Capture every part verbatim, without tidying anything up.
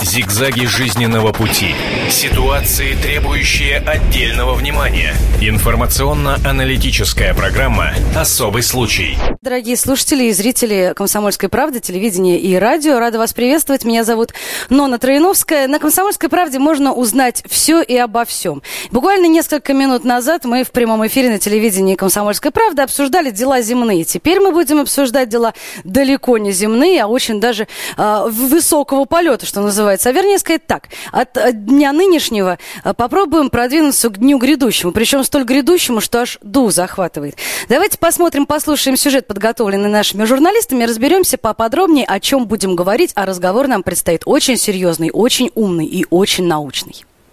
Зигзаги жизненного пути. Ситуации, требующие отдельного внимания. Информационно-аналитическая программа «Особый случай». Дорогие слушатели и зрители «Комсомольской правды», телевидения и радио, рада вас приветствовать. Меня зовут Нонна Троиновская. На «Комсомольской правде» можно узнать все и обо всем. Буквально несколько минут назад мы в прямом эфире на телевидении «Комсомольской правды» обсуждали дела земные. Теперь мы будем обсуждать дела далеко не земные, а очень даже э, высокого полета, что называется. А вернее сказать так, от, от дня нынешнего э, попробуем продвинуться к дню грядущему. Причем столь грядущему, что аж дух захватывает. Давайте посмотрим, послушаем сюжет, подготовленный нашими журналистами, разберемся поподробнее, о чем будем говорить, а разговор нам предстоит очень серьезный, очень умный и очень научный.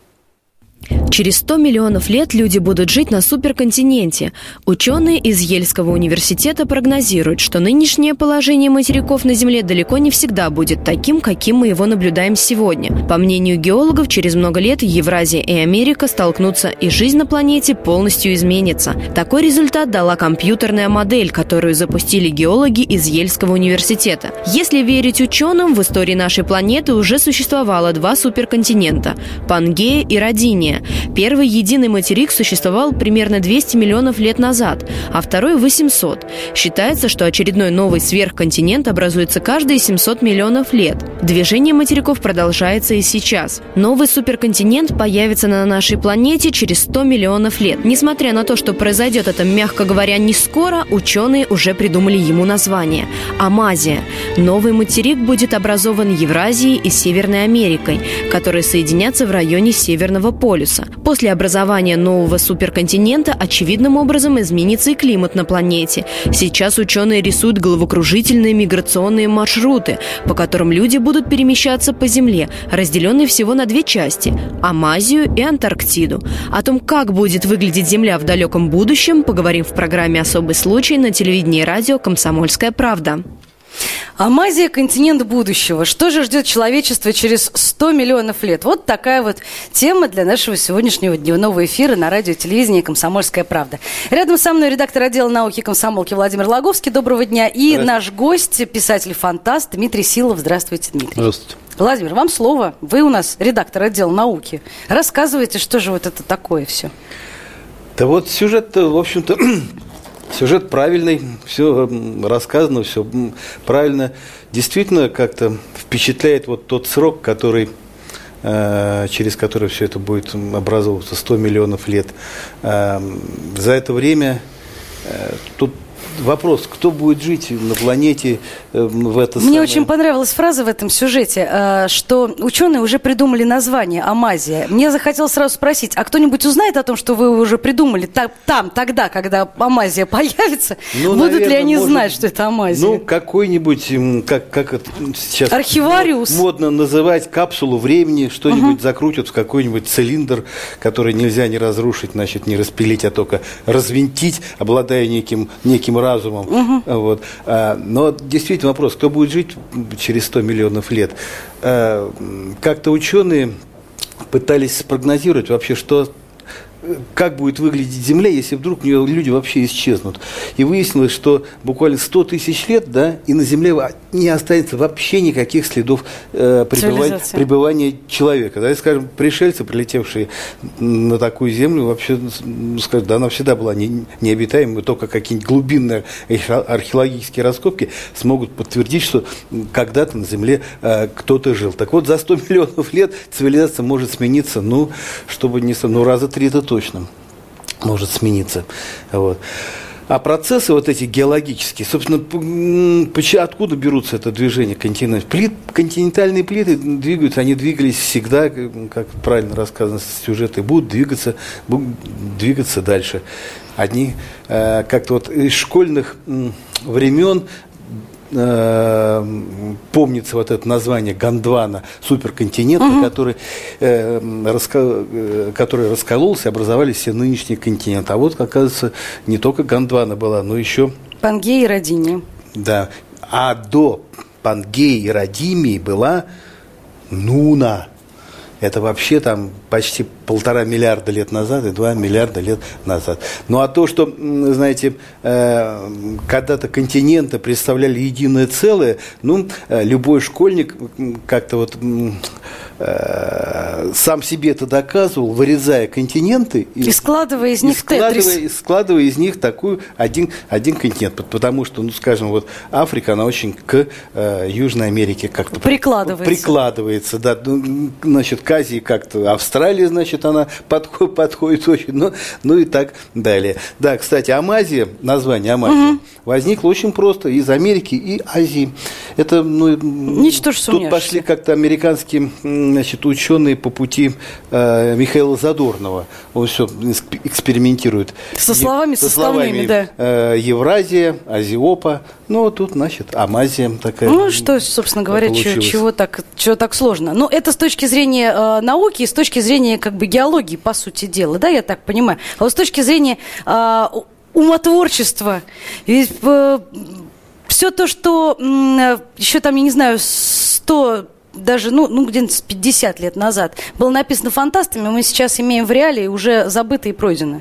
Через сто миллионов лет люди будут жить на суперконтиненте. Ученые из Ельского университета прогнозируют, что нынешнее положение материков на Земле далеко не всегда будет таким, каким мы его наблюдаем сегодня. По мнению геологов, через много лет Евразия и Америка столкнутся, и жизнь на планете полностью изменится. Такой результат дала компьютерная модель, которую запустили геологи из Ельского университета. Если верить ученым, в истории нашей планеты уже существовало два суперконтинента – Пангея и Родиния. Первый единый материк существовал примерно двести миллионов лет назад, а второй – восемьсот. Считается, что очередной новый сверхконтинент образуется каждые семьсот миллионов лет. Движение материков продолжается и сейчас. Новый суперконтинент появится на нашей планете через сто миллионов лет. Несмотря на то, что произойдет это, мягко говоря, не скоро, ученые уже придумали ему название – Амазия. Новый материк будет образован Евразией и Северной Америкой, которые соединятся в районе Северного полюса. После образования нового суперконтинента очевидным образом изменится и климат на планете. Сейчас ученые рисуют головокружительные миграционные маршруты, по которым люди будут перемещаться по Земле, разделенные всего на две части – Амазию и Антарктиду. О том, как будет выглядеть Земля в далеком будущем, поговорим в программе «Особый случай» на телевидении и радио «Комсомольская правда». Амазия – континент будущего. Что же ждет человечество через сто миллионов лет? Вот такая вот тема для нашего сегодняшнего дневного эфира на радио и телевидении «Комсомольская правда». Рядом со мной редактор отдела науки комсомолки Владимир Логовский. Доброго дня. И наш гость, писатель-фантаст Дмитрий Силов. Здравствуйте, Дмитрий. Здравствуйте. Владимир, вам слово. Вы у нас редактор отдела науки. Рассказывайте, что же вот это такое все. Да вот сюжет, в общем-то... Сюжет правильный, все рассказано, все правильно. Действительно, как-то впечатляет вот тот срок, который, э, через который все это будет образовываться, сто миллионов лет. Э, за это время э, тут вопрос, кто будет жить на планете в это Мне самое... очень понравилась фраза в этом сюжете, что ученые уже придумали название Амазия. Мне захотелось сразу спросить, а кто-нибудь узнает о том, что вы уже придумали там, тогда, когда Амазия появится? Ну, Будут наверное, ли они может, знать, что это Амазия? Ну, какой-нибудь, как, как это сейчас архивариус. Модно называть, капсулу времени, что-нибудь угу. закрутят в какой-нибудь цилиндр, который нельзя не разрушить, значит, не распилить, а только развинтить, обладая неким, неким разумом. Угу. Вот. А, но действительно вопрос, кто будет жить через сто миллионов лет? А, как-то ученые пытались спрогнозировать вообще, что... как будет выглядеть Земля, если вдруг у нее люди вообще исчезнут. И выяснилось, что буквально сто тысяч лет, да, и на Земле не останется вообще никаких следов э, пребывания, пребывания человека. Да, и, скажем, пришельцы, прилетевшие на такую Землю, вообще, скажем, да, она всегда была не, необитаемой, только какие-нибудь глубинные археологические раскопки смогут подтвердить, что когда-то на Земле э, кто-то жил. Так вот, за сто миллионов лет цивилизация может смениться, ну, чтобы не... Ну, раза три это точно может смениться. Вот. А процессы вот эти геологические, собственно, откуда берутся это движение континентов? Плит, континентальные плиты двигаются, они двигались всегда, как правильно рассказано в сюжете, будут двигаться, будут двигаться дальше. Одни э, как-то вот из школьных времен помнится вот это название Гондвана, суперконтинента, угу. который, э, раска, который раскололся, и образовались все нынешние континенты. А вот, оказывается, не только Гондвана была, но еще... Пангея и Родиния. Да. А до Пангеи и Родимии была Нуна. Это вообще там почти полтора миллиарда лет назад и два миллиарда лет назад. Ну а то, что, знаете, э, когда-то континенты представляли единое целое, ну, любой школьник как-то вот э, сам себе это доказывал, вырезая континенты. И, и складывая из них складывая, тетрис. Складывая из них такую один, один континент. Потому что, ну, скажем, вот Африка, она очень к э, Южной Америке как-то прикладывается. Прикладывается, да. Ну, значит, к Азии как-то, Австралия, значит, она подходит, подходит очень, ну, ну и так далее. Да, кстати, Амазия, название Амазия, угу. возникло очень просто из Америки и Азии. Это, ну, ничтоже тут пошли как-то американские, значит, ученые по пути э, Михаила Задорнова. Он все экспериментирует. Со словами, со составными, словами, да. Э, Евразия, Азиопа. Ну, тут, значит, Амазия такая. Ну, что, собственно говоря, чего, чего, так, чего так сложно. Ну, это с точки зрения э, науки и с точки зрения, как бы, геологии, по сути дела, да, я так понимаю. А вот с точки зрения э, умотворчества, ведь э, все то, что э, еще там, я не знаю, сто... даже, ну, ну где-то пятьдесят лет назад было написано фантастами, мы сейчас имеем в реалии уже забыто и пройдено.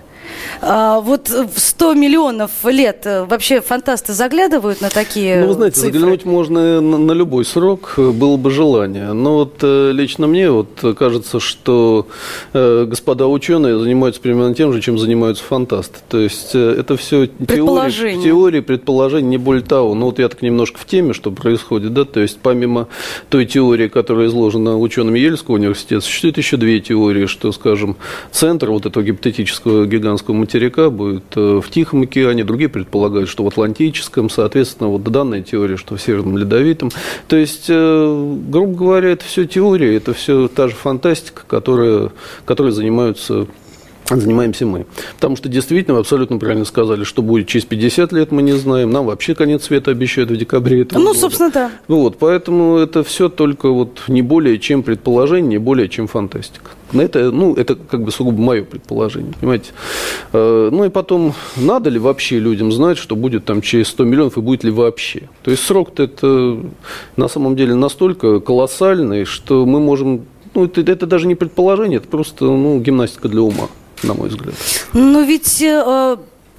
А, вот в сто миллионов лет вообще фантасты заглядывают на такие Ну, вы знаете, цифры? Заглянуть можно на, на любой срок, было бы желание. Но вот лично мне вот кажется, что э, господа ученые занимаются примерно тем же, чем занимаются фантасты. То есть это все теории, теории, предположения, не более того. Ну, вот я так немножко в теме, что происходит, да, то есть помимо той теории, которая изложена учеными Ельского университета, существует еще две теории, что, скажем, центр вот этого гипотетического гигантского материка будет в Тихом океане, другие предполагают, что в Атлантическом, соответственно, вот данная теория, что в Северном Ледовитом. То есть, грубо говоря, это все теория, это все та же фантастика, которая, которой занимаются занимаемся мы. Потому что действительно, вы абсолютно правильно сказали, что будет через пятьдесят лет, мы не знаем. Нам вообще конец света обещают в декабре этого Ну, года. собственно, да. Вот, поэтому это все только вот не более чем предположение, не более чем фантастика. Это, ну, это как бы сугубо мое предположение, понимаете. Ну и потом, надо ли вообще людям знать, что будет там через сто миллионов и будет ли вообще? То есть срок-то это на самом деле настолько колоссальный, что мы можем... Ну, это, это даже не предположение, это просто, ну, гимнастика для ума, на мой взгляд. Но ведь э,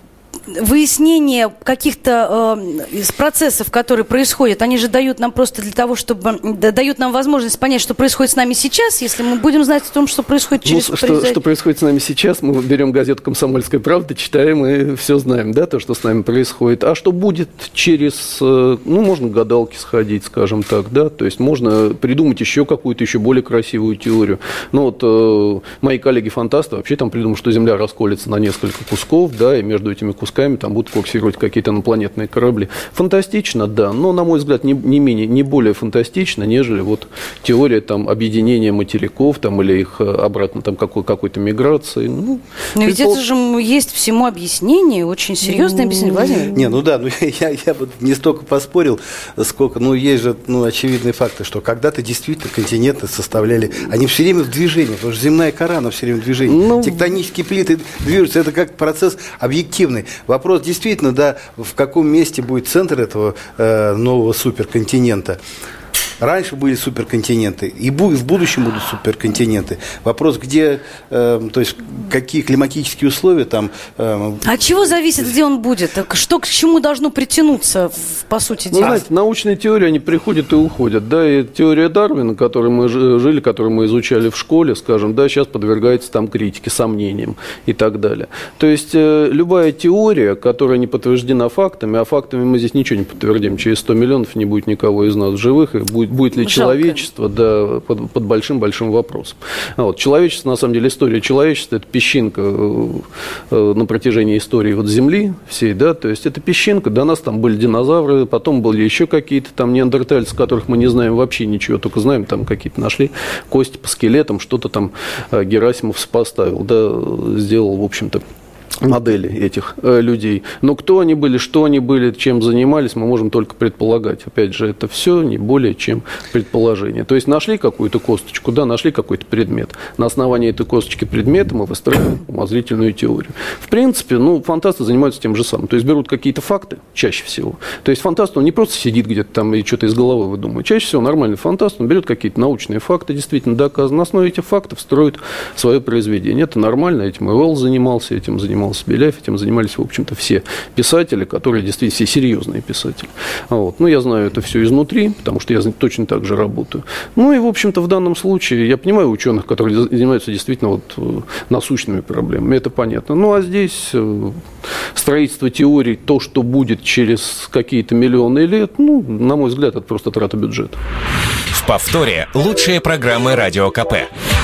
выяснение каких-то э, из процессов, которые происходят, они же дают нам просто для того, чтобы... Да, дают нам возможность понять, что происходит с нами сейчас, если мы будем знать о том, что происходит через... Ну, что, что происходит с нами сейчас, мы берем газету «Комсомольская правда», читаем и все знаем, да, то, что с нами происходит. А что будет через... Ну, можно к гадалке сходить, скажем так, да, то есть можно придумать еще какую-то еще более красивую теорию. Ну, вот э, мои коллеги-фантасты вообще там придумали, что Земля расколется на несколько кусков, да, и между этими кусками там будут курсировать какие-то инопланетные корабли. Фантастично, да, но, на мой взгляд, не, не менее, не более фантастично, нежели вот теория там объединения материков там, или их обратно там какой, какой-то миграции. Ну, но ведь предпол... это же есть всему объяснение, очень серьезное объяснение. Владимир? Не, ну да, ну я, я бы не столько поспорил, сколько, ну есть же ну, очевидные факты, что когда-то действительно континенты составляли, они все время в движении, потому что земная кора, она все время в движении. Ну... Тектонические плиты движутся, это как процесс объективный. Вопрос действительно, да, в каком месте будет центр этого э, нового суперконтинента. Раньше были суперконтиненты, и в будущем будут суперконтиненты. Вопрос, где, э, то есть, какие климатические условия там... Э, От чего зависит, где он будет? Что к чему должно притянуться, по сути дела? Ну, знаете, научные теории, они приходят и уходят. Да, и теория Дарвина, которой мы жили, которую мы изучали в школе, скажем, да, сейчас подвергается там критике, сомнениям и так далее. То есть, э, любая теория, которая не подтверждена фактами, а фактами мы здесь ничего не подтвердим, через сто миллионов не будет никого из нас живых, и будет Будет ли Жалко. человечество, да, под, под большим-большим вопросом. Вот. Человечество, на самом деле, история человечества – это песчинка э, на протяжении истории вот Земли всей, да, то есть это песчинка, до нас там были динозавры, потом были еще какие-то там неандертальцы, которых мы не знаем вообще ничего, только знаем, там какие-то нашли кости по скелетам, что-то там э, Герасимов сопоставил, да, сделал, в общем-то, модели этих э, людей. Но кто они были, что они были, чем занимались, мы можем только предполагать. Опять же, это все не более чем предположение. То есть нашли какую-то косточку, да, нашли какой-то предмет. На основании этой косточки предмета мы выстраиваем умозрительную теорию. В принципе, ну, фантасты занимаются тем же самым. То есть берут какие-то факты, чаще всего. То есть фантаст, он не просто сидит где-то там и что-то из головы выдумывает. Чаще всего нормальный фантаст, он берет какие-то научные факты, действительно доказаны. На основе этих фактов строит свое произведение. Это нормально, этим и Уэллс занимался, этим занимался занимался Беляев, этим занимались, в общем-то, все писатели, которые действительно все серьезные писатели. Вот. Ну, я знаю это все изнутри, потому что я точно так же работаю. Ну, и, в общем-то, в данном случае я понимаю ученых, которые занимаются действительно вот насущными проблемами, это понятно. Ну, а здесь строительство теорий, то, что будет через какие-то миллионы лет, ну, на мой взгляд, это просто трата бюджета. В повторе лучшие программы Радио КП.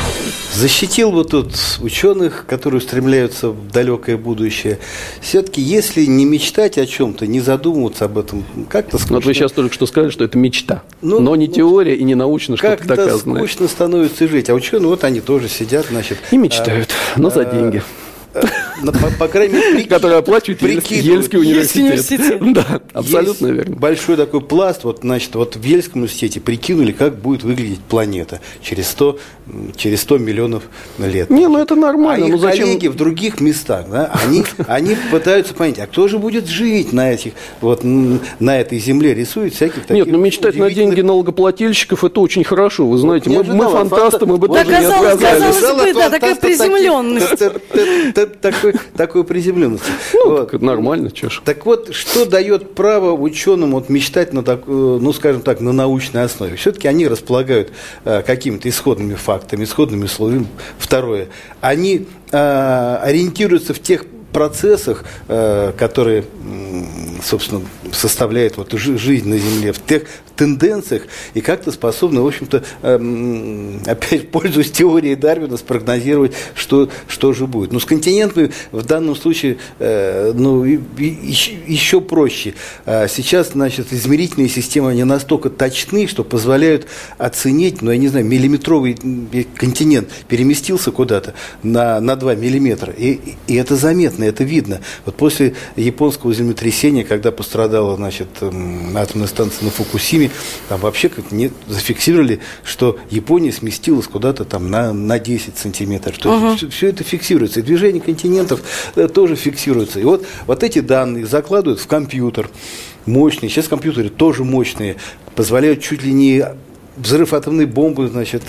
Защитил бы тут ученых, которые устремляются в далекое будущее. Все-таки, если не мечтать о чем-то, не задумываться об этом, как-то скучно. Вот вы сейчас только что сказали, что это мечта, ну, но не теория и не научно что-то доказанное. Как-то скучно становится жить. А ученые, вот они тоже сидят, значит... И мечтают, а, но за а, деньги. По, по крайней мере, прики... которые оплачивает Ельский университет. университет. Да, абсолютно Есть верно. Большой такой пласт, вот, значит, вот в Ельском университете прикинули, как будет выглядеть планета через сто, через сто миллионов лет. Не, ну это нормально. А ну их зачем... коллеги в других местах, да, они, они пытаются понять, а кто же будет жить на этих, вот, на этой земле, рисуют всяких таких... Нет, ну мечтать на деньги налогоплательщиков, это очень хорошо, вы знаете, мы, мы фантасты, мы бы да, тоже не отказались. Казалось бы, да, такая приземленность. Такой, такой приземленности. Ну, вот. Так нормально, чеш. Так вот, что дает право ученым вот мечтать на, так, ну, скажем так, на научной основе? Все-таки они располагают э, какими-то исходными фактами, исходными словами. Второе, они э, ориентируются в тех процессах, э, которые, собственно, составляют вот жизнь на Земле, в тех тенденциях, и как-то способны, в общем-то, э, опять пользуясь теорией Дарвина, спрогнозировать, что, что же будет. Но с континентами в данном случае э, ну, и, и, еще проще. Сейчас, значит, измерительные системы, они настолько точны, что позволяют оценить, ну, я не знаю, миллиметровый континент переместился куда-то на, на два миллиметра, и, и это заметно, это видно. Вот после японского землетрясения, когда пострадала, значит, атомная станция на Фукусиме, там вообще как не зафиксировали, что Япония сместилась куда-то там на, на десять сантиметров. То uh-huh. есть все, все это фиксируется. И движение континентов да, тоже фиксируется. И вот, вот эти данные закладывают в компьютер мощные. Сейчас компьютеры тоже мощные, позволяют чуть ли не взрыв атомной бомбы, значит,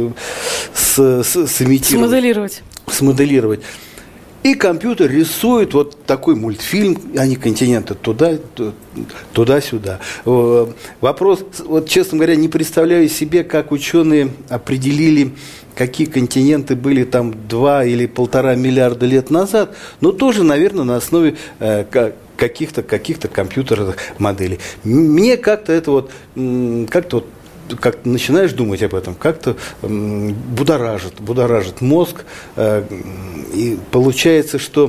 с, с, сымитировать. Смоделировать. Смоделировать. И компьютер рисует вот такой мультфильм, они континенты туда, туда-сюда. Вопрос, вот, честно говоря, не представляю себе, как ученые определили, какие континенты были там два или полтора миллиарда лет назад, но тоже, наверное, на основе э, каких-то, каких-то компьютерных моделей. Мне как-то это вот, как-то вот, как начинаешь думать об этом, как-то э, будоражит, будоражит мозг, э, и получается, что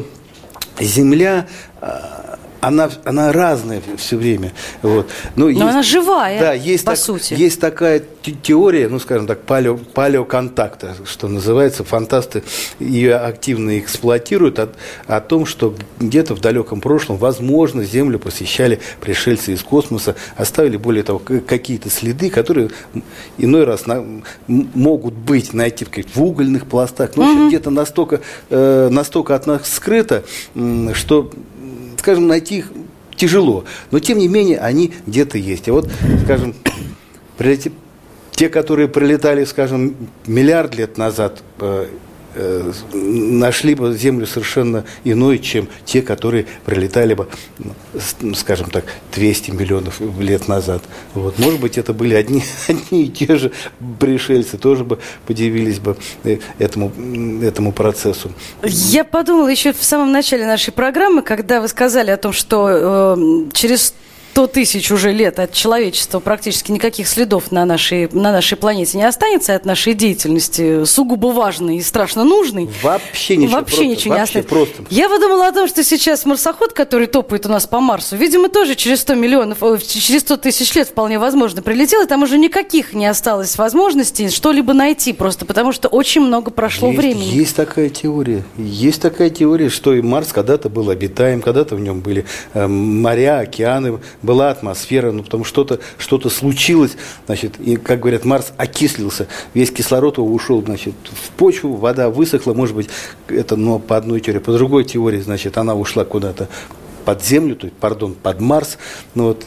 Земля, э, она, она разная все время. Вот. Но, Но есть, она живая, да, есть по так, сути. Есть такая теория, ну, скажем так, палео, палеоконтакта, что называется, фантасты ее активно эксплуатируют, о, о том, что где-то в далеком прошлом, возможно, Землю посещали пришельцы из космоса, оставили, более того, какие-то следы, которые иной раз на, могут быть найти в угольных пластах, но mm-hmm. где-то настолько, э, настолько от нас скрыто, что, скажем, найти их тяжело, но тем не менее они где-то есть. А вот, скажем, прилети... те, которые прилетали, скажем, миллиард лет назад, э, э, нашли бы Землю совершенно иной, чем те, которые прилетали бы, скажем так, двести миллионов лет назад. Вот. Может быть, это были одни, одни и те же пришельцы, тоже бы подивились бы этому, этому процессу. Я подумала еще в самом начале нашей программы, когда вы сказали о том, что э, через сто тысяч уже лет от человечества практически никаких следов на нашей, на нашей планете не останется от нашей деятельности, сугубо важной и страшно нужной. Вообще ничего, Вообще просто, ничего не вообще останется. Просто. Я подумала о том, что сейчас марсоход, который топает у нас по Марсу, видимо, тоже через сто миллионов, через сто тысяч лет вполне возможно прилетел, и там уже никаких не осталось возможностей что-либо найти, просто потому что очень много прошло есть, времени. Есть такая теория. Есть такая теория, что и Марс когда-то был обитаем, когда-то в нем были э, моря, океаны, была атмосфера, ну, потому что что-то, что-то случилось, значит, и, как говорят, Марс окислился, весь кислород его ушел, значит, в почву, вода высохла, может быть, это, но по одной теории, по другой теории, значит, она ушла куда-то под землю, то есть, пардон, под Марс. Ну, вот,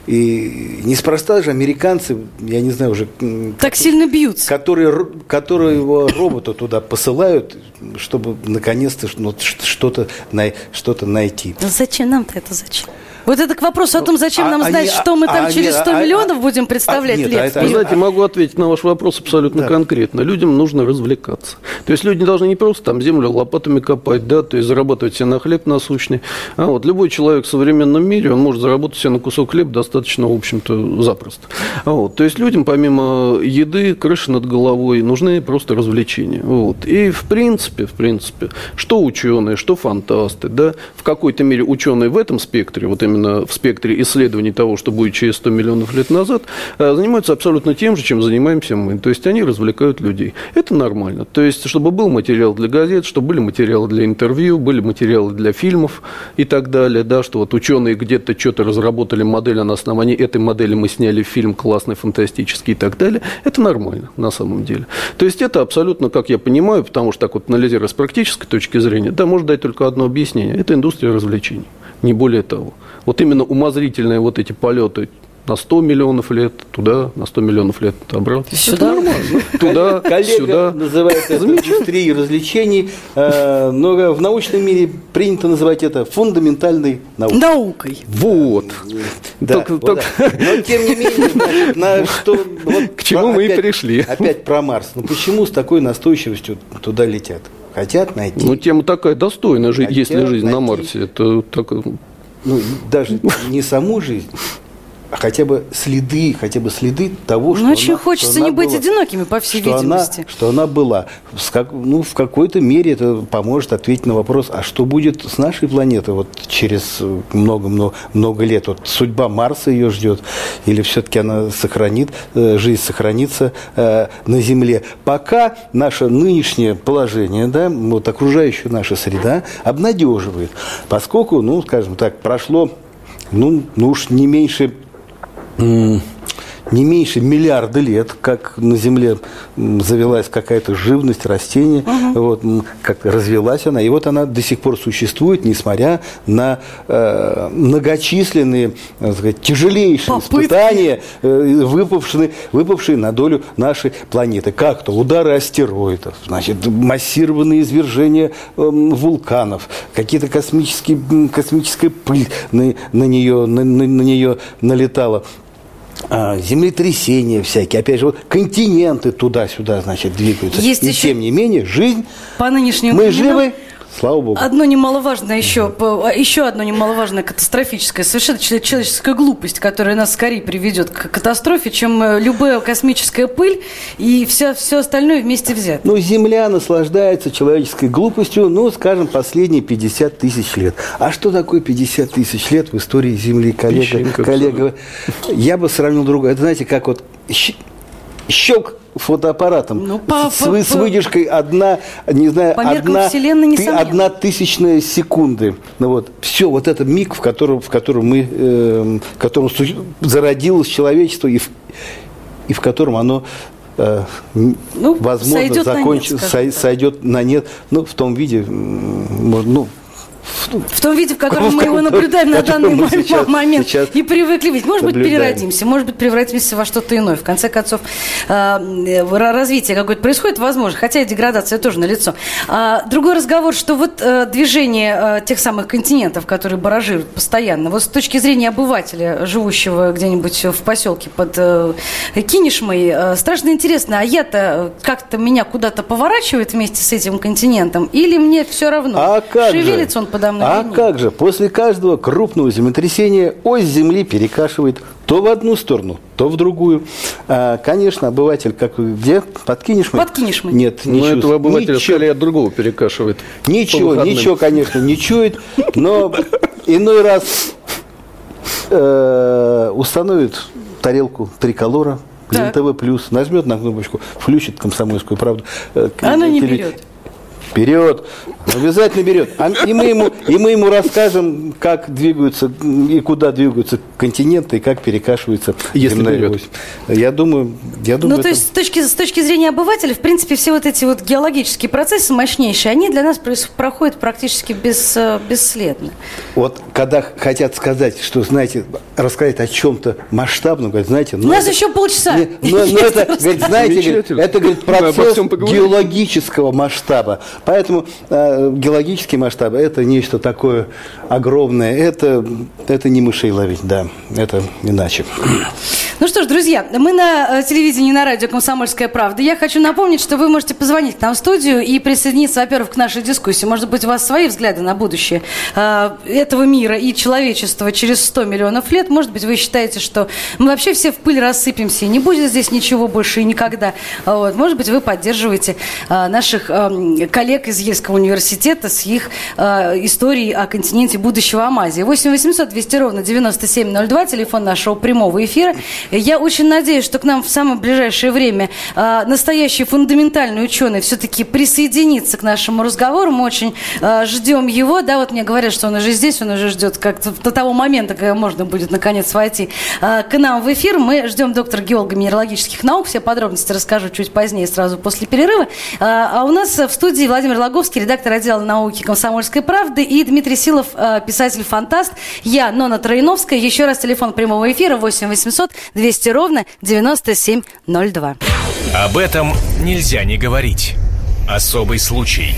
и неспроста же американцы, я не знаю уже... Так сильно бьются. Которые, которые его робота туда посылают, чтобы наконец-то ну, что-то, что-то найти. Зачем нам-то это зачем? Вот это к вопросу о том, зачем а, нам знать, они, что мы там а, через сто а, миллионов а, будем представлять а, нет, лет. а это, Вы знаете, могу ответить на ваш вопрос абсолютно да. конкретно. Людям нужно развлекаться. То есть люди должны не просто там землю лопатами копать, да, то есть зарабатывать себе на хлеб насущный. А вот любой человек в современном мире, он может заработать себе на кусок хлеба достаточно, в общем-то, запросто. А вот, то есть людям помимо еды, крыши над головой нужны просто развлечения. Вот. И в принципе, в принципе, что ученые, что фантасты, да, в какой-то мере ученые в этом спектре, вот именно в спектре исследований того, что будет через сто миллионов лет назад, занимаются абсолютно тем же, чем занимаемся мы. То есть они развлекают людей. Это нормально. То есть, чтобы был материал для газет, чтобы были материалы для интервью, были материалы для фильмов и так далее, да, что вот ученые где-то что-то разработали модель, а на основании этой модели мы сняли фильм классный, фантастический и так далее. Это нормально на самом деле. То есть это абсолютно, как я понимаю, потому что так вот анализируя с практической точки зрения, да, может дать только одно объяснение. Это индустрия развлечений. Не более того. Вот именно умозрительные вот эти полеты на сто миллионов лет туда, на сто миллионов лет обратно. Сюда? Туда, коллега сюда. Называет это индустрией развлечений, но в научном мире принято называть это фундаментальной наукой. Наукой. Вот. Да, только, вот только... Да. Но тем не менее, значит, на что, вот, к чему мы опять, и пришли. Опять про Марс. Ну почему с такой настойчивостью туда летят? Хотят найти. Ну тема такая достойная, Хотят если жизнь найти. На Марсе. Это так... Ну, даже не саму жизнь, а хотя бы следы, хотя бы следы того, что ну, очень она, хочется что не она быть была, одинокими, по всей что видимости. Она, что она была. Ну, в какой-то мере это поможет ответить на вопрос, а что будет с нашей планетой вот через много-много много лет? Вот судьба Марса ее ждет, или все-таки она сохранит, жизнь сохранится э, на Земле? Пока наше нынешнее положение, да, вот окружающая наша среда обнадеживает, поскольку, ну, скажем так, прошло, ну, ну уж не меньше... не меньше миллиарда лет, как на Земле завелась какая-то живность, растение, угу. вот, как развелась она, и вот она до сих пор существует, несмотря на э, многочисленные, так сказать, тяжелейшие Попытки. испытания, э, выпавшие, выпавшие на долю нашей планеты. Как-то удары астероидов, значит, массированные извержения э, вулканов, какие-то космические, космическая пыль на, на, нее, на, на, на нее налетала. Землетрясения всякие, опять же, вот континенты туда-сюда, значит, двигаются. Есть и еще... тем не менее, жизнь, по нынешнему мы живы, слава Богу. Одно немаловажное еще, еще одно немаловажное катастрофическое, совершенно человеческая глупость, которая нас скорее приведет к катастрофе, чем любая космическая пыль и все, все остальное вместе взято. Ну, Земля наслаждается человеческой глупостью, ну, скажем, последние пятьдесят тысяч лет. А что такое пятьдесят тысяч лет в истории Земли, коллега? коллега я бы сравнил другое. Это, знаете, как вот щелк фотоаппаратом ну, по, с, по, с выдержкой одна, не знаю, одна, ты, одна тысячная секунды. Ну, вот, все, вот этот миг, в котором, в котором мы, э, в котором зародилось человечество и в, и в котором оно э, ну, возможно закончится, сойдет, сойдет на нет, ну, в том виде, ну, в том виде, в котором мы его наблюдаем на данный сейчас, момент сейчас и привыкли видеть. Может быть, переродимся, может быть, превратимся во что-то иное. В конце концов, развитие какое-то происходит, возможно, хотя и деградация тоже налицо. Другой разговор, что вот движение тех самых континентов, которые баражируют постоянно, вот с точки зрения обывателя, живущего где-нибудь в поселке под Кинешмой, страшно интересно, а я-то как-то меня куда-то поворачивает вместе с этим континентом, или мне все равно? А как шевелится он подо мной? А как же? После каждого крупного землетрясения ось Земли перекашивает то в одну сторону, то в другую. А, конечно, обыватель, как где? Под Кинешмой? Под Кинешмой. Нет, не но чувствует. этого обывателя скорее от другого перекашивает. Ничего, ничего, конечно, не чует, но иной раз э, установит тарелку триколора, эн тэ вэ плюс, нажмет на кнопочку, включит «Комсомольскую правду». Она не берет. Берет, обязательно берет. А, и, мы ему, и мы ему расскажем, как двигаются и куда двигаются континенты, и как перекашивается земная ось. Я думаю, я думаю. Ну, то есть, с точки, с точки зрения обывателя, в принципе, все вот эти вот геологические процессы мощнейшие, они для нас проходят практически без, бесследно. Вот, когда хотят сказать, что, знаете, рассказать о чем-то масштабном, говорят, знаете... У нас это, еще полчаса. Не, но, но это, говорит, знаете, это, говорит, процесс геологического масштаба. Поэтому э, геологические масштабы – это нечто такое огромное. Это, это не мышей ловить, да, это иначе. Ну что ж, друзья, мы на телевидении, на радио «Комсомольская правда». Я хочу напомнить, что вы можете позвонить к нам в студию и присоединиться, во-первых, к нашей дискуссии. Может быть, у вас свои взгляды на будущее э, этого мира и человечества через сто миллионов лет. Может быть, вы считаете, что мы вообще все в пыль рассыпемся, и не будет здесь ничего больше и никогда. Вот. Может быть, вы поддерживаете э, наших э, коллег из Ельского университета с их э, историей о континенте будущего Амазии. восемь восемьсот двести ровно девяносто семь ноль два, телефон нашего прямого эфира. Я очень надеюсь, что к нам в самое ближайшее время э, настоящий фундаментальный ученый все-таки присоединится к нашему разговору. Мы очень э, ждем его. Да, вот мне говорят, что он уже здесь, он уже ждет как-то до того момента, когда можно будет наконец войти э, к нам в эфир. Мы ждем доктора геолога минералогических наук. Все подробности расскажу чуть позднее, сразу после перерыва. Э, а у нас в студии Владимир Логовский, редактор отдела науки «Комсомольской правды», и Дмитрий Силов, писатель-фантаст. Я, Нона Троиновская. Еще раз телефон прямого эфира восемь восемьсот двести ровно девяносто семь ноль два. Об этом нельзя не говорить. Особый случай.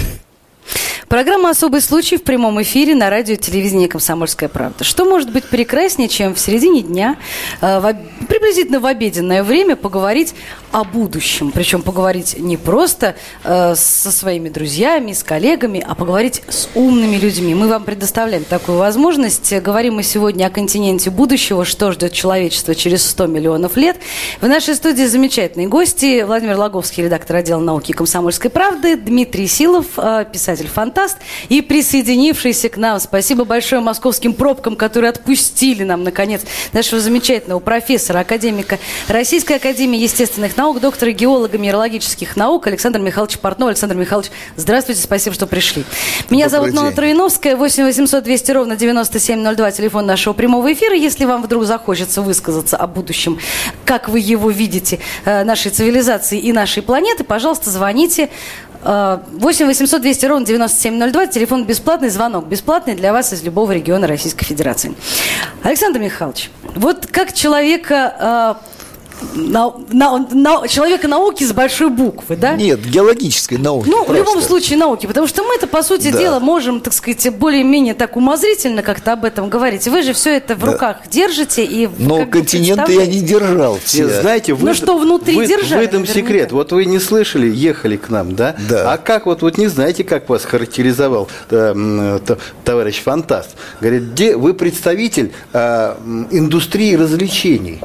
Программа «Особый случай» в прямом эфире на радио и телевидении «Комсомольская правда». Что может быть прекраснее, чем в середине дня, э, в, приблизительно в обеденное время, поговорить о будущем. Причем поговорить не просто э, со своими друзьями, с коллегами, а поговорить с умными людьми. Мы вам предоставляем такую возможность. Говорим мы сегодня о континенте будущего, что ждет человечество через сто миллионов лет. В нашей студии замечательные гости. Владимир Логовский, редактор отдела науки «Комсомольской правды», Дмитрий Силов, э, писатель-фантаст, и присоединившийся к нам. Спасибо большое московским пробкам, которые отпустили нам, наконец, нашего замечательного профессора, академика Российской академии естественных наук, доктора геолога минералогических наук Александра Михайловича Портнова. Александр Михайлович, здравствуйте, спасибо, что пришли. Меня Добрый зовут Нона Троиновская, восемь восемьсот двести ровно девяносто семь ноль два, телефон нашего прямого эфира. Если вам вдруг захочется высказаться о будущем, как вы его видите, нашей цивилизации и нашей планеты, пожалуйста, звоните. восемь восемьсот двести ровно девяносто семь ноль два, телефон бесплатный, звонок бесплатный для вас из любого региона Российской Федерации. Александр Михайлович, вот как человека... На, на, на, человека науки с большой буквы, да? Нет, геологической науки. Ну, просто. В любом случае науки, потому что мы-то, по сути да. дела, можем, так сказать, более-менее так умозрительно как-то об этом говорить. Вы же все это в да. руках держите. И но континенты я не держал. Все. Знаете, вы, ну, что внутри вы, держали? В этом секрет. Вот вы не слышали, ехали к нам, да? Да. А как вот, вот не знаете, как вас характеризовал э, э, товарищ фантаст? Говорит, где вы представитель э, индустрии развлечений?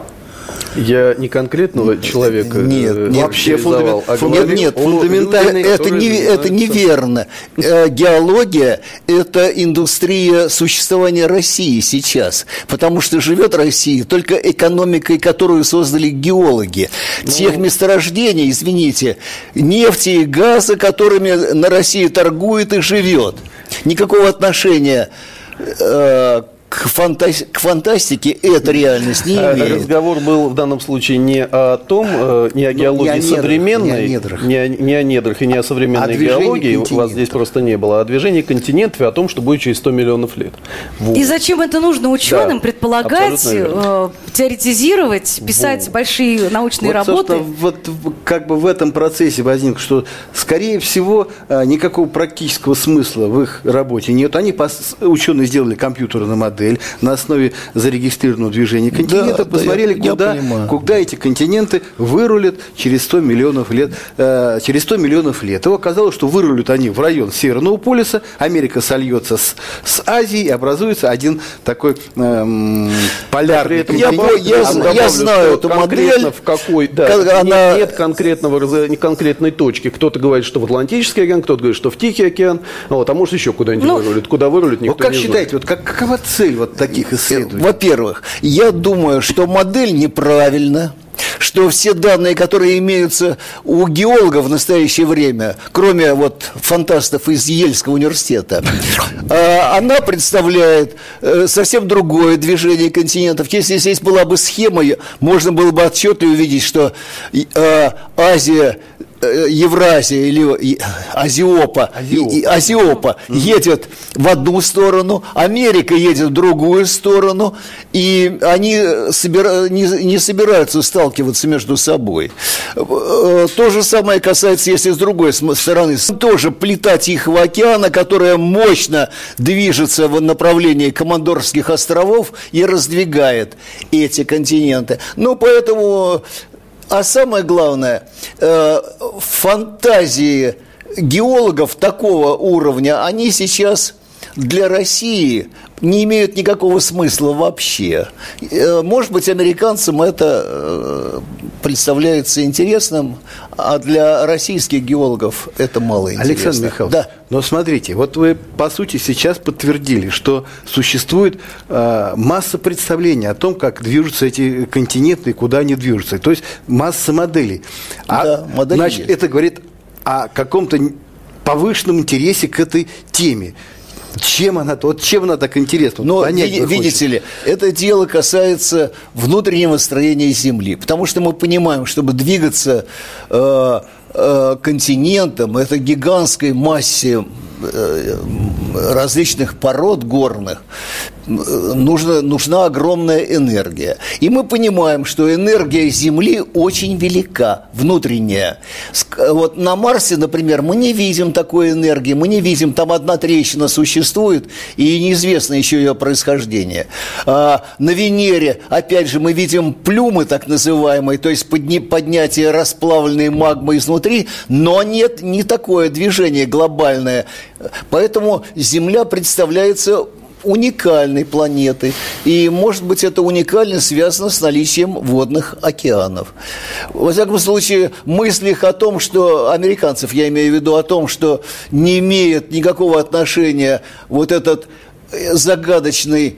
Я не конкретного человека нет, нет, вообще фундамент, а нет, нет, фундаментальный. Это, не, это неверно. Геология – это индустрия существования России сейчас, потому что живет Россия только экономикой, которую создали геологи. Ну, тех месторождений, извините, нефти и газа, которыми на России торгует и живет. Никакого отношения э, К, фантази- к фантастике эта реальность не имеет. Разговор был в данном случае не о том, не о геологии не о недрах, современной, не о, недрах. Не, о, не о недрах и не о современной геологии, у вас здесь просто не было, а о движении континентов и о том, что будет через сто миллионов лет. Вот. И зачем это нужно ученым? Да, предполагать, э, теоретизировать, писать вот. большие научные вот, работы? Вот как бы в этом процессе возникло, что, скорее всего, никакого практического смысла в их работе нет. Они, ученые, сделали компьютерную модель на основе зарегистрированного движения континента, да, посмотрели, да, я, куда, я куда эти континенты вырулят через сто миллионов лет. Э, через сто миллионов лет. И оказалось, что вырулят они в район Северного полюса, Америка сольется с, с Азией, и образуется один такой э, полярный континент. Я, я, добавлю, я знаю эту модель. В какой, да, она... нет, нет конкретного, конкретной точки. Кто-то говорит, что в Атлантический океан, кто-то говорит, что в Тихий океан, вот, а может еще куда-нибудь ну, вырулит. Куда вырулит, никто вот как не знает. Считаете, вот как, какова цель вот таких исследований? Во-первых, я думаю, что модель неправильна. что все данные, которые имеются у геологов в настоящее время, кроме вот фантастов из Ельского университета, она представляет совсем другое движение континентов. Если здесь была бы схема, можно было бы отчетливо увидеть, что Азия, Евразия или Азиопа, Азиопа, Азиопа mm-hmm. едет в одну сторону, Америка едет в другую сторону, и они собира... не, не собираются сталкиваться между собой. То же самое касается, если с другой стороны, тоже плита Тихого океана, которая мощно движется в направлении Командорских островов и раздвигает эти континенты. Ну, поэтому... А самое главное, фантазии геологов такого уровня, они сейчас для России не имеют никакого смысла вообще. Может быть, американцам это представляется интересным, а для российских геологов это мало интересно. Александр Михайлович, да. Но смотрите, вот вы, по сути, сейчас подтвердили, что существует э, масса представлений о том, как движутся эти континенты и куда они движутся. То есть масса моделей. А, да, модели значит, есть. Это говорит о каком-то повышенном интересе к этой теме. Чем она, вот чем она так интересна? Но види, видите ли, это дело касается внутреннего строения Земли, потому что мы понимаем, чтобы двигаться э, э, континентом, это гигантской массе э, различных пород горных, нужна, нужна огромная энергия. И мы понимаем, что энергия Земли очень велика, внутренняя. Вот на Марсе, например, мы не видим такой энергии, мы не видим, там одна трещина существует, и неизвестно еще ее происхождение. А на Венере, опять же, мы видим плюмы, так называемые, то есть подня- поднятие расплавленной магмы изнутри, но нет не такое движение глобальное. Поэтому Земля представляется уникальной планетой. И, может быть, эта уникальность связана с наличием водных океанов. Во всяком случае, мысли их о том, что американцев, я имею в виду о том, что не имеет никакого отношения вот этот загадочный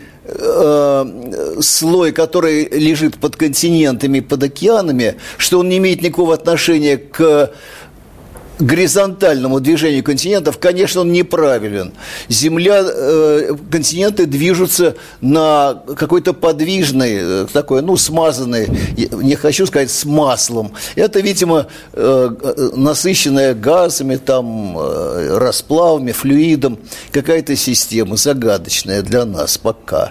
э, слой, который лежит под континентами, под океанами, что он не имеет никакого отношения к горизонтальному движению континентов, конечно, он неправилен. Земля, э, континенты движутся на какой-то подвижной, такой, ну, смазанной, не хочу сказать с маслом. Это, видимо, э, насыщенная газами, там, э, расплавами, флюидом, какая-то система загадочная для нас пока.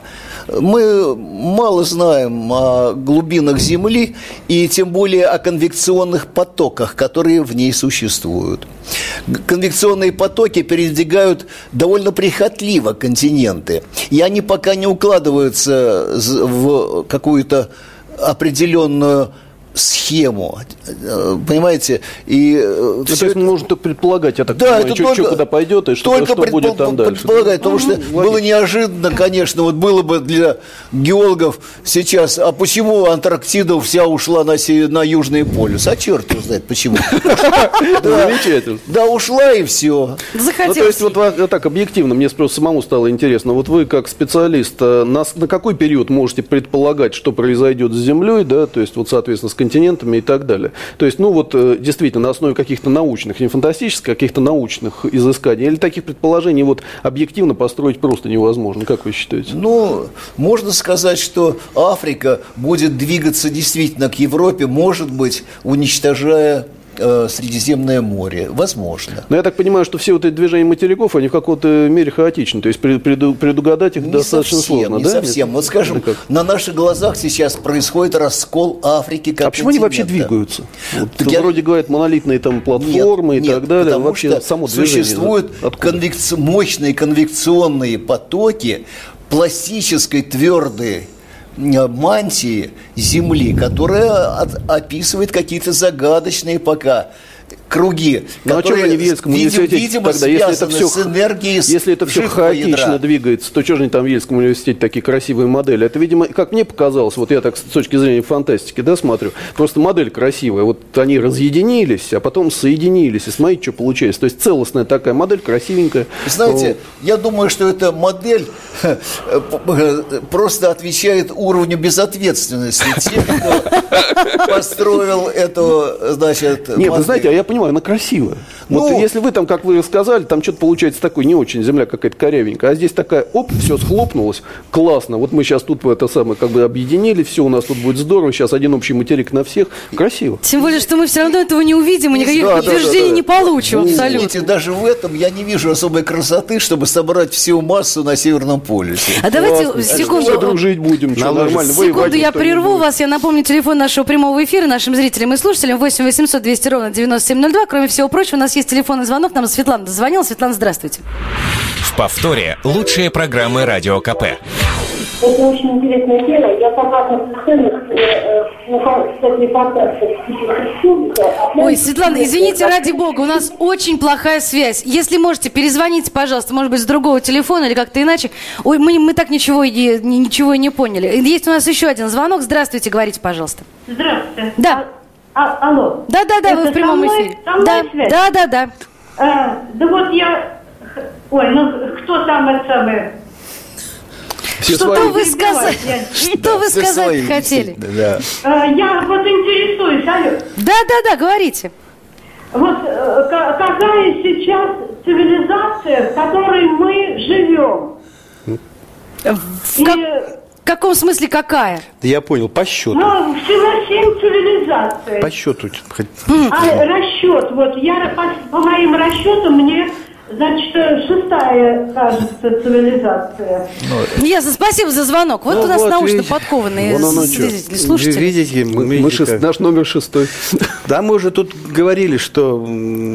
Мы мало знаем о глубинах Земли и тем более о конвекционных потоках, которые в ней существуют. Конвекционные потоки передвигают довольно прихотливо континенты, и они пока не укладываются в какую-то определенную схему, понимаете, и ну, все то есть можно только предполагать, я так да, понимаю, что, что куда пойдет и что, что предпол- будет там дальше. Предполагать, потому что логично. Было неожиданно, конечно, вот было бы для геологов сейчас, а почему Антарктида вся ушла на, на Южный полюс? А черт его знает, почему. Замечательно. Да, ушла и все. Ну, то есть, вот так объективно, мне просто самому стало интересно, вот вы как специалист, на какой период можете предполагать, что произойдет с Землей, да, то есть, вот, соответственно, с континентами и так далее. То есть, ну вот, действительно, на основе каких-то научных, не фантастических, каких-то научных изысканий, или таких предположений вот объективно построить просто невозможно, как вы считаете? Ну, можно сказать, что Африка будет двигаться действительно к Европе, может быть, уничтожая Средиземное море. Возможно. Но я так понимаю, что все вот эти движения материков, они в какой-то мере хаотичны. То есть преду, предугадать их не достаточно совсем, сложно, не да? совсем. Вот скажем, на наших глазах сейчас происходит раскол Африки как А почему они вообще двигаются? Вот я... Вроде говорят, монолитные там платформы нет, и нет, так далее. Потому вообще что само существуют конвекци... мощные конвекционные потоки пластической твердой мантии Земли, которая от, описывает какие-то загадочные пока круги, ну, которые, а они в Ельском видим, университете видимо, тогда, если это все, с энергией если это все хаотично ядра. двигается, то что же они там в Ельском университете такие красивые модели? Это, видимо, как мне показалось, вот я так с точки зрения фантастики, да, смотрю, просто модель красивая. Вот они разъединились, а потом соединились. И смотрите, что получается. То есть целостная такая модель, красивенькая. Знаете, вот. Я думаю, что эта модель просто отвечает уровню безответственности тех, кто построил эту, значит, Нет, модель. Вы знаете, а я понимаю, она красивая. Ну, вот если вы там, как вы рассказали, там что-то получается такое не очень, земля какая-то корявенькая, а здесь такая, оп, все схлопнулось, классно. Вот мы сейчас тут это самое, как бы объединили, все, у нас тут будет здорово, сейчас один общий материк на всех, красиво. Тем более, что мы все равно этого не увидим, и никаких да, подтверждений да, да, да. не получим ну, абсолютно. Видите, даже в этом я не вижу особой красоты, чтобы собрать всю массу на Северном полюсе. А давайте Классно. секунду. Мы дружить будем, что, нормально. Секунду, я прерву вас, я напомню телефон нашего прямого эфира нашим зрителям и слушателям восемь восемьсот двести ровно девяносто семь ноль два. Кроме всего прочего, у нас есть телефонный звонок, нам Светлана дозвонила. Светлана, здравствуйте. В повторе лучшие программы Радио КП. Это очень интересная тема. Я согласна с ценностью, ну, кстати, фантастика. Ой, Светлана, извините, ради бога, у нас очень плохая связь. Если можете, перезвоните, пожалуйста, может быть, с другого телефона или как-то иначе. Ой, мы, мы так ничего, и, ничего и не поняли. Есть у нас еще один звонок. Здравствуйте, говорите, пожалуйста. Здравствуйте. Да. А, а, алло. Да-да-да, вы в прямом со мной, эфире. Со мной да, связь? да, да, да. А, да вот я... Ой, ну кто там это самое... Что вы сказать, что вы сказать хотели? Да. А, я вот интересуюсь, алло. Да-да-да, говорите. Вот какая сейчас цивилизация, в которой мы живем? В, как, в каком смысле какая? Да я понял, по счету. Ну, всего семь цивилизаций. По счету. А расчет, вот я по, по моим расчетам мне... Значит, шестая, кажется, цивилизация. Ну, ясно, спасибо за звонок. Вот ну, у нас вот, научно видите, подкованные зрители, слушатели. Видите, мы, мы видите, шест, наш номер шестой. Да, мы уже тут говорили, что,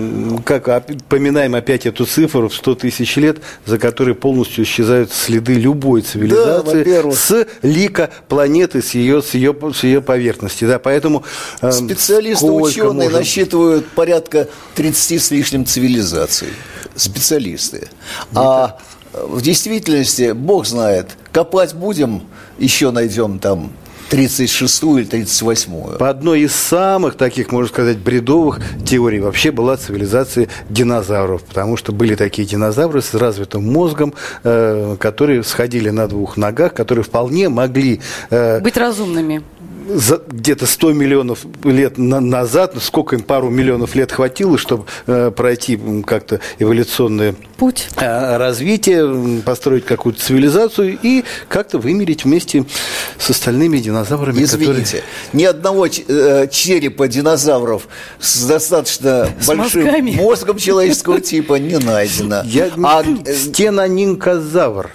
как поминаем опять эту цифру в сто тысяч лет, за которой полностью исчезают следы любой цивилизации да, с лика планеты, с ее, с ее, с ее поверхности. Да, поэтому, специалисты, ученые может... насчитывают порядка тридцати с лишним цивилизаций. Специалисты. А в действительности, бог знает, копать будем, еще найдем там тридцать шестую или тридцать восьмую. По одной из самых таких, можно сказать, бредовых теорий вообще была цивилизация динозавров, потому что были такие динозавры с развитым мозгом, э, которые сходили на двух ногах, которые вполне могли... Э, быть разумными. За где-то сто миллионов лет на, назад, сколько им пару миллионов лет хватило, чтобы э, пройти как-то эволюционное путь, э, развитие, построить какую-то цивилизацию и как-то вымереть вместе с остальными динозаврами. Извините, которые... ни одного э, черепа динозавров с достаточно с большим мозгами. Мозгом человеческого типа не найдено. Я... А... Стенонинкозавр.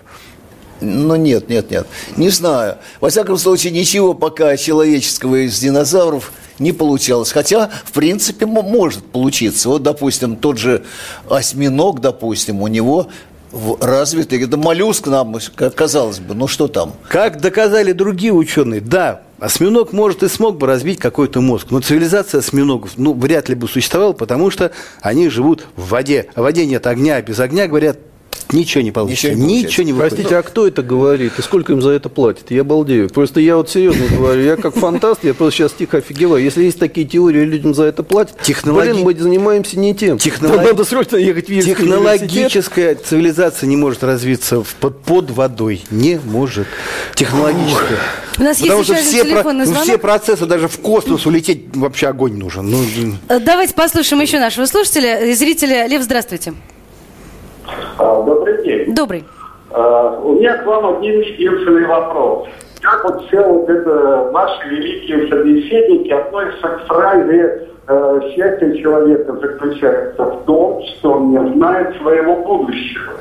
Ну, нет, нет, нет. Не знаю. Во всяком случае, ничего пока человеческого из динозавров не получалось. Хотя, в принципе, может получиться. Вот, допустим, тот же осьминог, допустим, у него развитый, это моллюск нам, казалось бы, ну что там? Как доказали другие ученые, да, осьминог, может, и смог бы развить какой-то мозг, но цивилизация осьминогов, ну, вряд ли бы существовала, потому что они живут в воде. А в воде нет огня, без огня, говорят, ничего не получится. Ничего не, ничего не выходит. Простите, а кто это говорит? И сколько им за это платят? Я балдею. Просто я вот серьезно говорю, я как фантаст, я просто сейчас тихо офигеваю. Если есть такие теории, людям за это платят, Технологи... блин, мы занимаемся не тем. Технолог... Надо срочно ехать в Ельский Технологическая университет. Цивилизация не может развиться в, под, под водой. Не может. Технологическая. У нас Потому есть еще все, один телефонный про... звонок. все процессы, даже в космос улететь, вообще огонь нужен. Ну... Давайте послушаем еще нашего слушателя и зрителя. Лев, здравствуйте. Добрый день. Добрый. Uh, у меня к вам один единственный вопрос. Как вот все вот это наши великие собеседники относятся к фразе uh, «счастье человека заключается в том, что он не знает своего будущего»?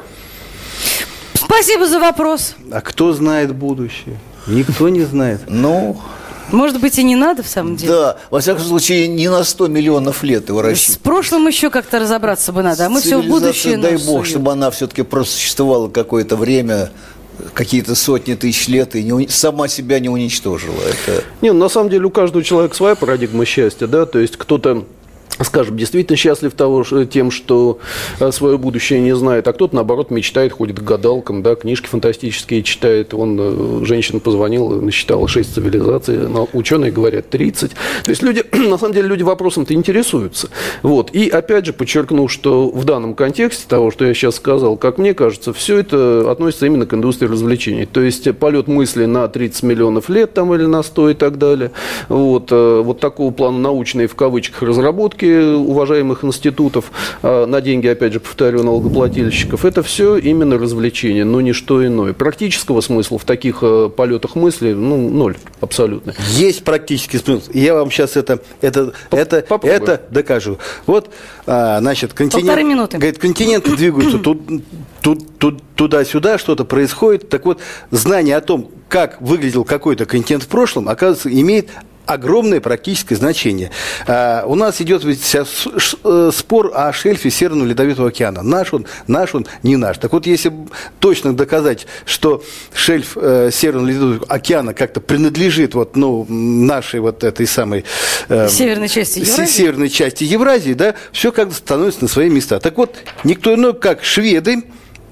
Спасибо за вопрос. А кто знает будущее? Никто не знает. Ну... Может быть, и не надо, в самом деле? Да, во всяком случае, не на сто миллионов лет его рассчитывать. С прошлым еще как-то разобраться бы надо, а мы все в будущее. Дай бог, чтобы она все-таки просуществовала какое-то время, какие-то сотни тысяч лет, и не, сама себя не уничтожила. Это... Не, ну, на самом деле у каждого человека своя парадигма счастья, да, то есть кто-то скажем, действительно счастлив того, тем, что свое будущее не знает, а кто-то, наоборот, мечтает, ходит к гадалкам, да, книжки фантастические читает. Вон, женщина позвонила, насчитала шесть цивилизаций, но ученые говорят тридцать. То есть люди, на самом деле, люди вопросом-то интересуются. Вот. И, опять же, подчеркну, что в данном контексте того, что я сейчас сказал, как мне кажется, все это относится именно к индустрии развлечений. То есть полет мысли на тридцать миллионов лет там, или на сто и так далее. Вот, вот такого плана научные, в кавычках, разработки уважаемых институтов на деньги, опять же, повторю, налогоплательщиков, это все именно развлечение, но не что иное. Практического смысла в таких полетах мысли, ну, ноль, абсолютно. Есть практический смысл. Я вам сейчас это, это, это, это докажу. Вот, значит, континент, говорит, континенты двигаются тут, тут, тут, туда-сюда, что-то происходит. Так вот, знание о том, как выглядел какой-то континент в прошлом, оказывается, имеет огромное практическое значение. А, у нас идет ведь сейчас спор о шельфе Северного Ледовитого океана. Наш он, наш он, не наш. Так вот, если точно доказать, что шельф э, Северного Ледовитого океана как-то принадлежит вот, ну, нашей вот этой самой э, северной части Евразии, северной части Евразии, да, все как-то становится на свои места. Так вот, никто иной, как шведы,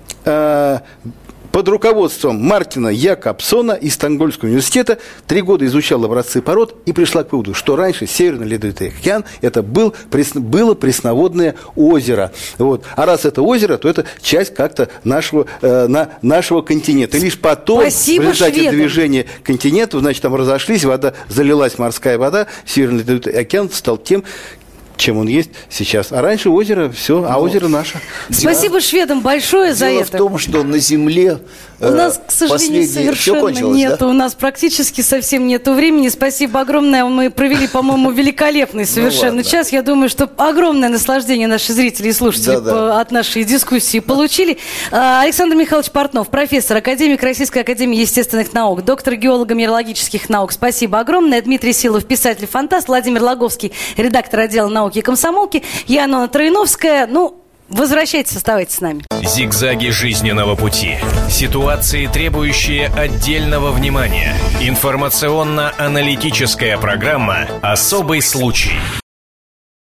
э, под руководством Мартина Якобсона из Стокгольмского университета три года изучал образцы пород и пришла к выводу, что раньше Северный Ледовитый океан это был, было пресноводное озеро. Вот. А раз это озеро, то это часть как-то нашего, э, на, нашего континента. И лишь потом, Спасибо, в результате шведам. движения континентов, значит, там разошлись, вода, залилась морская вода, Северный Ледовитый океан стал тем, чем он есть сейчас. А раньше озеро, все, а озеро наше. Спасибо Дело, шведам большое за дело это. Дело в том, что на Земле у нас, к сожалению, совершенно нету, да? У нас практически совсем нету времени. Спасибо огромное. Мы провели, по-моему, великолепный совершенно ну, час. Я думаю, что огромное наслаждение наши зрители и слушатели да, да. от нашей дискуссии получили. Александр Михайлович Портнов, профессор, академик Российской академии естественных наук, доктор геолого-минералогических наук. Спасибо огромное. Дмитрий Силов, писатель-фантаст, Владимир Логовский, редактор отдела науки и комсомолки. Я Нона Троиновская. Ну, возвращайтесь, оставайтесь с нами. Зигзаги жизненного пути. Ситуации, требующие отдельного внимания. Информационно-аналитическая программа «Особый случай».